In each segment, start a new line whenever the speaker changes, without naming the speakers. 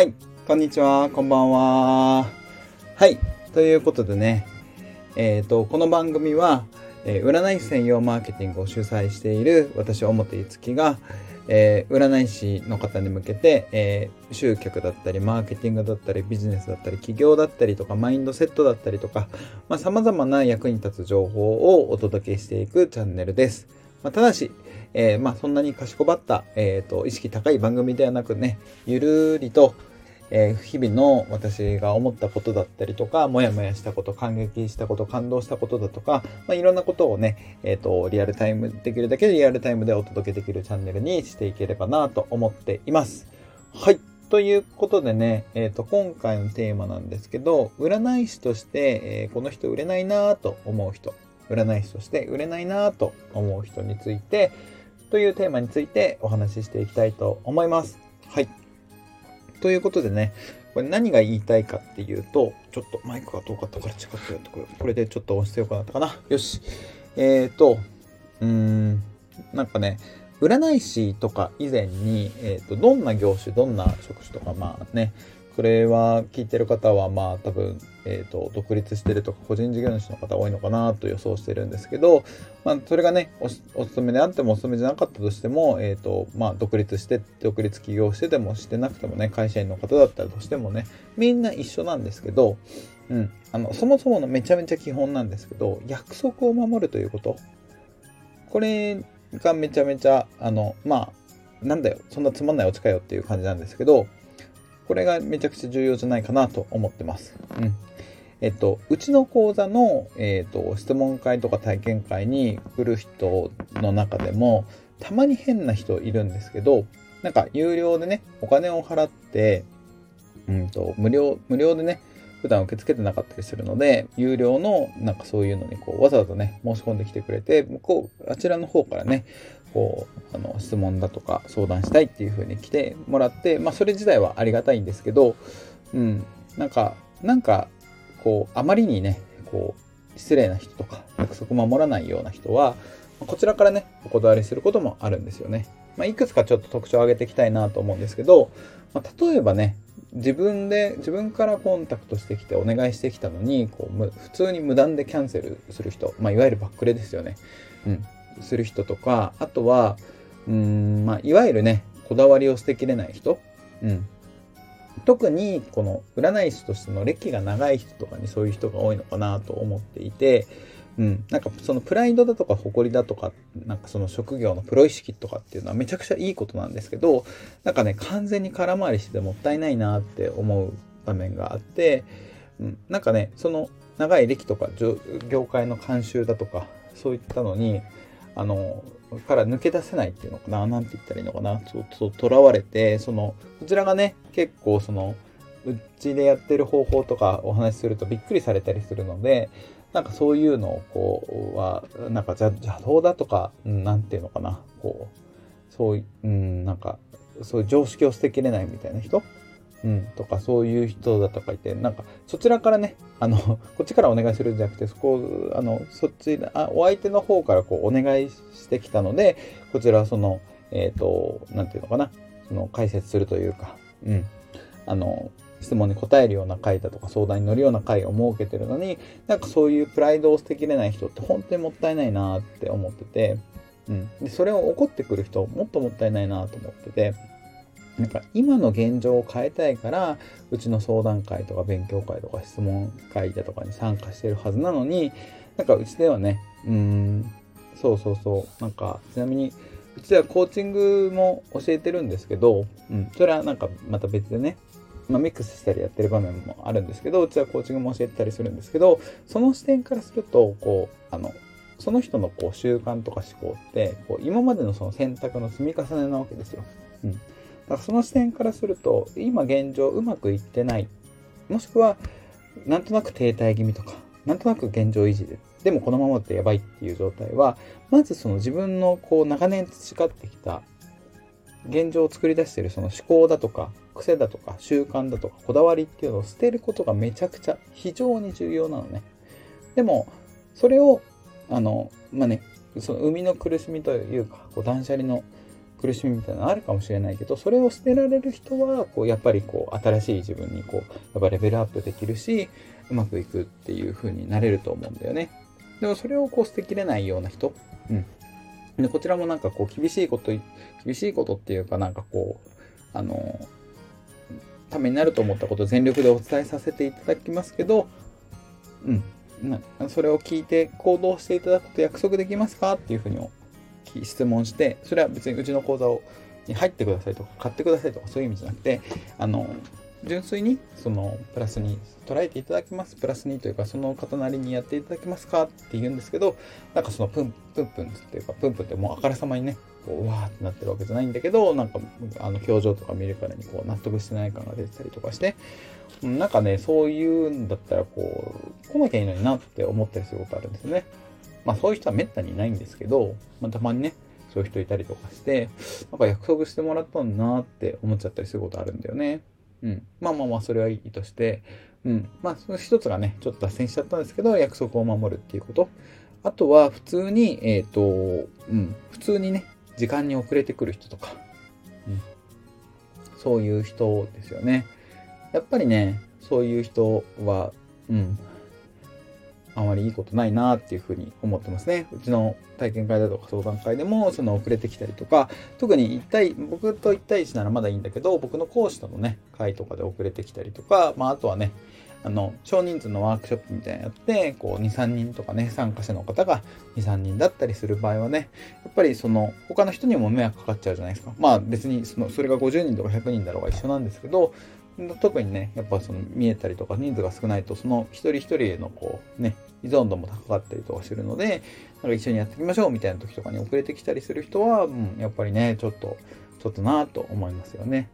はいこんにちは、こんばんは。はい、ということでね、この番組は、占い師専用マーケティングを主催している私、表いつきが、占い師の方に向けて、集客だったりマーケティングだったりビジネスだったり起業だったりとかマインドセットだったりとか、様々な役に立つ情報をお届けしていくチャンネルです。ただし、そんなにかしこばった、意識高い番組ではなくね、ゆるりと、日々の私が思ったことだったりとか、もやもやしたこと、感激したこと、感動したことだとか、いろんなことをね、リアルタイム、できるだけリアルタイムでお届けできるチャンネルにしていければなと思っています。はい。ということでね、今回のテーマなんですけど、占い師として、この人売れないなと思う人、占い師として売れないなと思う人について、というテーマについてお話ししていきたいと思います。はい。ということでね、これ何が言いたいかっていうと、ちょっとマイクが遠かったから近くやってこれでちょっと押してよくなったかな。よし。なんかね、占い師とか以前に、どんな業種、どんな職種とか、これは聞いてる方は多分、独立してるとか個人事業主の方多いのかなと予想してるんですけど、それがね、お勤めであってもお勤めじゃなかったとしても、独立起業してでもしてなくてもね、会社員の方だったとしてもね、みんな一緒なんですけど、そもそものめちゃめちゃ基本なんですけど、約束を守るということ。これがめちゃめちゃ、なんだよ、そんなつまんないオチかよっていう感じなんですけど、これがめちゃくちゃ重要じゃないかなと思ってます。うちの講座の、質問会とか体験会に来る人の中でも、たまに変な人いるんですけど、なんか有料でね、お金を払って、無料でね、普段受け付けてなかったりするので、有料のなんかそういうのにわざわざね、申し込んできてくれて、あちらの方からね、質問だとか相談したいっていう風に来てもらって、それ自体はありがたいんですけど、なんかあまりにね、失礼な人とか、約束守らないような人は、こちらからね、お断りすることもあるんですよね。いくつかちょっと特徴を挙げていきたいなと思うんですけど、例えばね、自分からコンタクトしてきてお願いしてきたのに、普通に無断でキャンセルする人、いわゆるバックレですよね。する人とか、あとは、いわゆるね、こだわりを捨てきれない人、特にこの占い師としての歴が長い人とかにそういう人が多いのかなと思っていて、なんかそのプライドだとか誇りだとか、なんかその職業のプロ意識とかっていうのはめちゃくちゃいいことなんですけど、なんかね、完全に空回りしてもったいないなって思う場面があって、なんかね、その長い歴とか業界の慣習だとか、そういったのに、から抜け出せないっていうのかな、なんて言ったらいいのかな、囚われて、こちらがね、結構うちでやってる方法とかお話しするとびっくりされたりするので、なんかそういうのをなんか邪道だとか、なんていうのかな、そういう、なんか、そういう常識を捨てきれないみたいな人とかそういう人だとかいて、なんかそちらからね、こっちからお願いするんじゃなくて、お相手の方からお願いしてきたので、こちらはなんていうのかな、解説するというか、質問に答えるような回だとか相談に乗るような回を設けてるのに、なんかそういうプライドを捨てきれない人って本当にもったいないなって思ってて、でそれを怒ってくる人もっともったいないなと思ってて、なんか今の現状を変えたいから、うちの相談会とか勉強会とか質問会だとかに参加してるはずなのに、なんかうちではね、なんかちなみにうちではコーチングも教えてるんですけど、それはなんかまた別でね、ミックスしたりやってる場面もあるんですけど、うちはコーチングも教えてたりするんですけど、その視点からすると、その人の習慣とか思考って、今までのその選択の積み重ねなわけですよ。だからその視点からすると、今現状うまくいってない。もしくは、なんとなく停滞気味とか、なんとなく現状維持でもこのままってやばいっていう状態は、まずその自分の長年培ってきた現状を作り出しているその思考だとか、癖だとか、習慣だとか、こだわりっていうのを捨てることがめちゃくちゃ非常に重要なのね。でも、それを、その生みの苦しみというか、断捨離の苦しみみたいなのあるかもしれないけど、それを捨てられる人はやっぱり新しい自分にやっぱレベルアップできるし、うまくいくっていう風になれると思うんだよね。でもそれを捨てきれないような人、でこちらも厳しいことっていうかためになると思ったことを全力でお伝えさせていただきますけど、それを聞いて行動していただくと約束できますかっていうふうに質問して、それは別にうちの講座に入ってくださいとか買ってくださいとかそういう意味じゃなくて、純粋にプラスに捉えていただきます、プラスにというかその方なりにやっていただけますかって言うんですけど、そのプンプンっていうか、プンプンってもうあからさまにねうわーってなってるわけじゃないんだけど、表情とか見るからに納得してない感が出てたりとかして、そういうんだったら来なきゃいいのになって思ったりすることあるんですよね。そういう人はめったにいないんですけど、たまにねそういう人いたりとかして、約束してもらったんだなって思っちゃったりすることあるんだよね。それはいいとして、その一つがねちょっと脱線しちゃったんですけど、約束を守るっていうこと。あとは普通に普通にね時間に遅れてくる人とか、そういう人ですよね。やっぱりねそういう人はあまりいいことないなっていうふうに思ってますね。うちの体験会だとか相談会でも遅れてきたりとか、特に僕と1対1ならまだいいんだけど、僕の講師とのね会とかで遅れてきたりとか、あとはね少人数のワークショップみたいなのやって2、3人とかね参加者の方が2、3人だったりする場合はね、やっぱり他の人にも迷惑かかっちゃうじゃないですか。別にそれが50人とか100人だろうが一緒なんですけど、特にねやっぱ見えたりとか人数が少ないと、その一人一人への依存度も高かったりとかするので、一緒にやっていきましょうみたいな時とかに遅れてきたりする人は、やっぱりねちょっとなぁと思いますよね。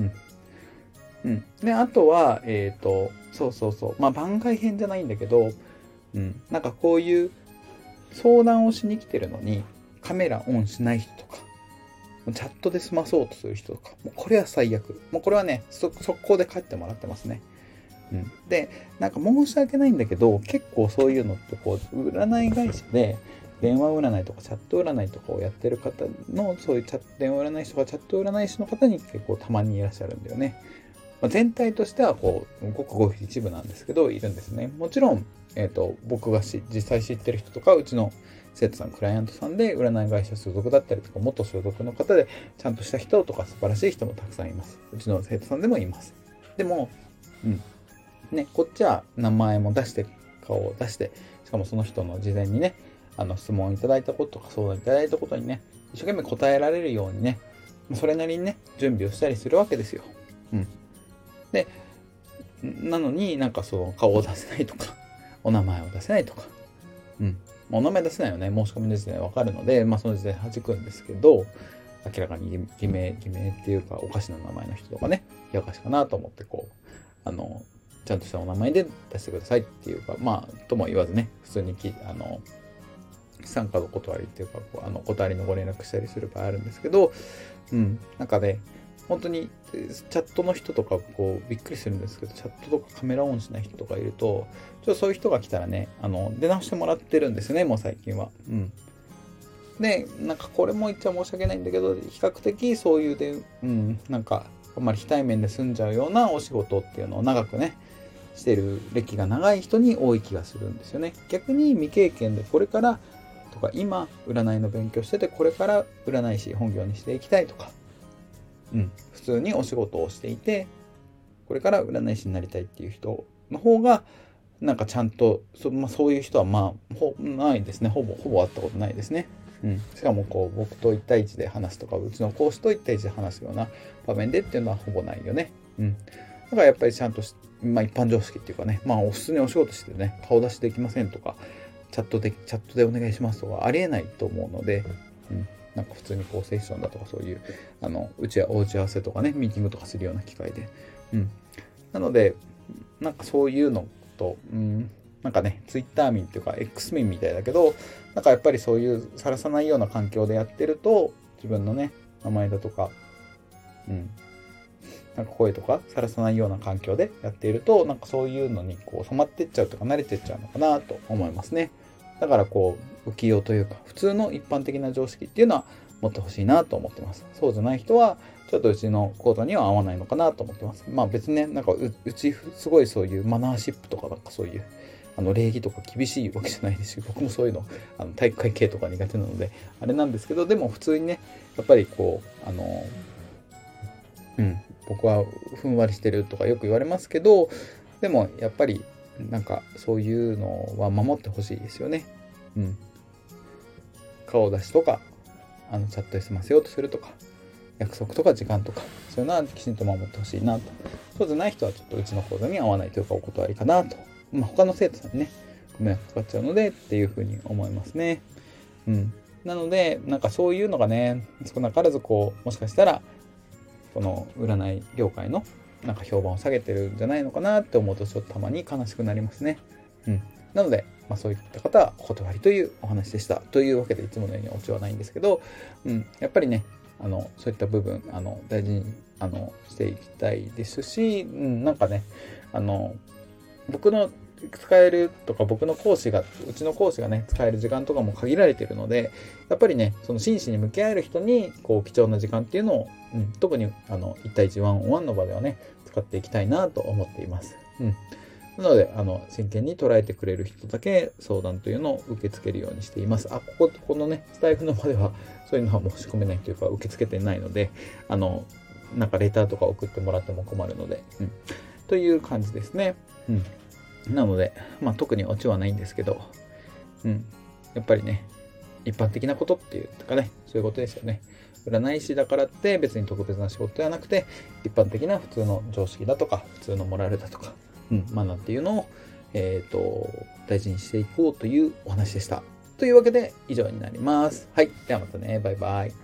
であとは番外編じゃないんだけど、こういう相談をしに来てるのにカメラオンしない人とか、チャットで済まそうとする人とか、もうこれは最悪。もうこれはね速攻で帰ってもらってますね。で申し訳ないんだけど、結構そういうのって占い会社で電話占いとかチャット占いとかをやってる方の、そういう電話占い師とかチャット占い師の方に結構たまにいらっしゃるんだよね。全体としてはごくごく一部なんですけどいるんですね。もちろん、僕が実際知ってる人とか、うちの生徒さん、クライアントさんで占い会社所属だったりとか、元所属の方でちゃんとした人とか素晴らしい人もたくさんいます。うちの生徒さんでもいます。でもこっちは名前も出して、顔を出して、しかもその人の事前にね質問いただいたこととか相談いただいたことにね一生懸命答えられるようにね、それなりにね準備をしたりするわけですよ。でなのに顔を出せないとかお名前を出せないとか、お名前出せないよね、申し込みの時点で分かるので、その時点で弾くんですけど、明らかに偽名っていうかおかしな名前の人とかね、冷やかしかなと思ってちゃんとしたお名前で出してくださいっていうか、とも言わずね、普通に参加の断りっていうか断りのご連絡したりする場合あるんですけど、本当にチャットの人とかびっくりするんですけど、チャットとかカメラオンしない人とかいると、そういう人が来たらね出直してもらってるんですよね、もう最近は。でこれも言っちゃ申し訳ないんだけど、比較的そういうであんまり非対面で済んじゃうようなお仕事っていうのを長くねしてる歴が長い人に多い気がするんですよね。逆に未経験でこれからとか、今占いの勉強しててこれから占い師本業にしていきたいとか、普通にお仕事をしていてこれから占い師になりたいっていう人の方がちゃんとそういう人はないですね。ほぼ会ったことないですね。しかも僕と1対1で話すとか、うちの講師と1対1で話すような場面でっていうのはほぼないよね。だからやっぱりちゃんと一般常識っていうかね、普通にお仕事してね顔出しできませんとか、チャットでお願いしますとかありえないと思うので、普通にセッションだとかそういうお打ち合わせとかねミーティングとかするような機会で、なのでそういうのとツイッター民っていうか X 民みたいだけど、やっぱりそういうさらさないような環境でやってると、自分のね名前だとか声とかさらさないような環境でやっていると、そういうのに染まってっちゃうとか慣れてっちゃうのかなと思いますね。だから浮世というか普通の一般的な常識っていうのは持ってほしいなと思ってます。そうじゃない人は、ちょっとうちの講座には合わないのかなと思ってます。まあ別にね、なんかうちすごいそういうマナーシップとかなんかそういう礼儀とか厳しいわけじゃないですし、僕もそういうの体育会系とか苦手なのであれなんですけど、でも普通にね、やっぱりこう僕はふんわりしてるとかよく言われますけど、でもやっぱりなんかそういうのは守ってほしいですよね。顔出しとかチャットで済ませようとするとか、約束とか時間とか、そういうのはきちんと守ってほしいなと。そうじゃない人はちょっとうちの講座に合わないというかお断りかなと。他の生徒さんにね、ご迷惑かかっちゃうのでっていうふうに思いますね。なので、なんかそういうのがね、少なからずもしかしたら、この占い業界のなんか評判を下げてるんじゃないのかなって思うと、ちょっとたまに悲しくなりますね。なので、そういった方はお断りというお話でした。というわけで、いつものようにオチはないんですけど、やっぱりね、そういった部分、大事に、していきたいですし、なんかね、僕の使えるとか、うちの講師がね、使える時間とかも限られているので、やっぱりね、その真摯に向き合える人に、貴重な時間っていうのを、特に、1対1ワンオンワンの場ではね、使っていきたいなと思っています。なので、真剣に捉えてくれる人だけ相談というのを受け付けるようにしています。このね、スタイフの場では、そういうのは申し込めないというか、受け付けてないので、なんかレターとか送ってもらっても困るので、という感じですね。なので、特にオチはないんですけど、やっぱりね、一般的なことっていうかね、そういうことですよね。占い師だからって別に特別な仕事ではなくて、一般的な普通の常識だとか、普通のモラルだとか、マナーっていうのを、大事にしていこうというお話でした。というわけで以上になります。はい。ではまたね。バイバイ。